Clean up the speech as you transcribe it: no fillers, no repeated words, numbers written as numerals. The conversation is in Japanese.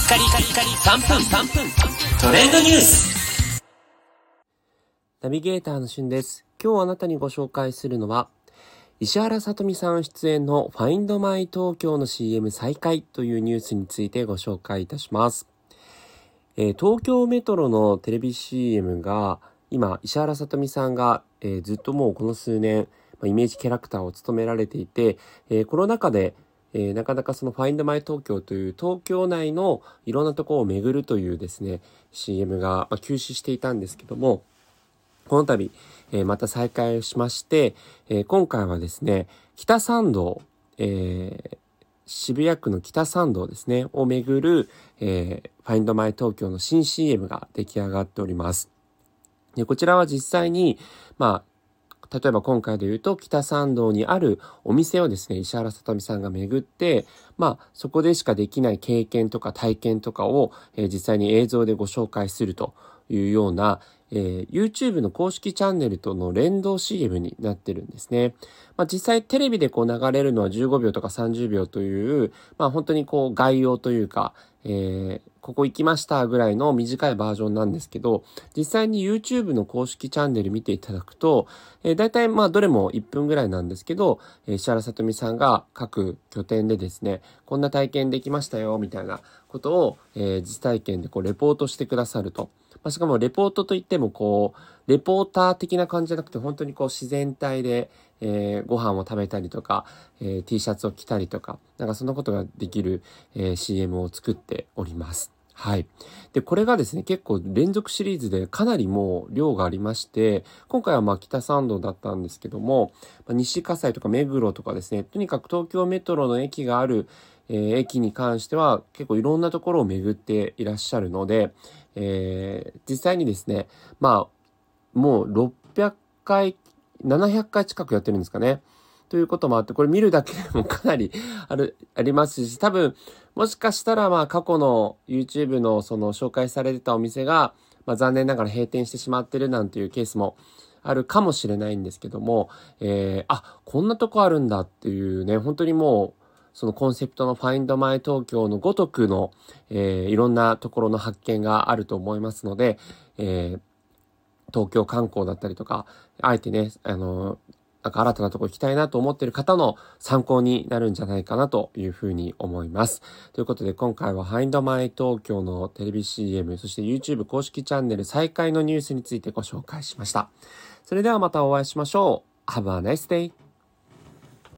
カリカリカリ3分トレンドニュース。 ナビゲーターのしゅんです。今日あなたにご紹介するのは石原さとみさん出演のファインドマイ東京の CM 再開というニュースについてご紹介いたします。東京メトロのテレビ CM が今石原さとみさんが、ずっともうこの数年、イメージキャラクターを務められていて、コロナ禍でなかなかそのファインドマイ東京という東京内のいろんなところを巡るというですね CM が休止していたんですけども、この度、また再開しまして、今回はですね北参道、渋谷区の北参道ですねを巡る、ファインドマイ東京の新 CM が出来上がっております。でこちらは実際に例えば今回で言うと北参道にあるお店をですね石原さとみさんが巡って、そこでしかできない経験とか体験とかを、実際に映像でご紹介するというような、YouTube の公式チャンネルとの連動 CM になってるんですね。実際テレビで流れるのは15秒とか30秒という、本当に概要というか、ここ行きましたぐらいの短いバージョンなんですけど、実際に YouTube の公式チャンネル見ていただくと、だいたいどれも1分ぐらいなんですけど、石原さとみさんが各拠点でですね、こんな体験できましたよみたいなことを、実体験でレポートしてくださると。しかもレポートといってもレポーター的な感じじゃなくて本当に自然体で、ご飯を食べたりとか、T シャツを着たりとか、そんなことができる、CM を作っております。はい。で、これがですね、結構連続シリーズでかなりもう量がありまして、今回は北参道だったんですけども、西葛西とか目黒とかですね、とにかく東京メトロの駅がある、駅に関しては結構いろんなところを巡っていらっしゃるので、実際にですね、もう600回、700回近くやってるんですかね。ということもあって、これ見るだけでもかなりありますし、多分、もしかしたら過去の YouTube のその紹介されてたお店が、残念ながら閉店してしまってるなんていうケースもあるかもしれないんですけども、こんなとこあるんだっていうね、本当にもう、そのコンセプトのファインドマイ東京のごとくの、いろんなところの発見があると思いますので、東京観光だったりとか、あえてね、新たなところ行きたいなと思っている方の参考になるんじゃないかなというふうに思います。ということで今回はファインドマイ東京のテレビ CM、そして YouTube 公式チャンネル再開のニュースについてご紹介しました。それではまたお会いしましょう。Have a nice day!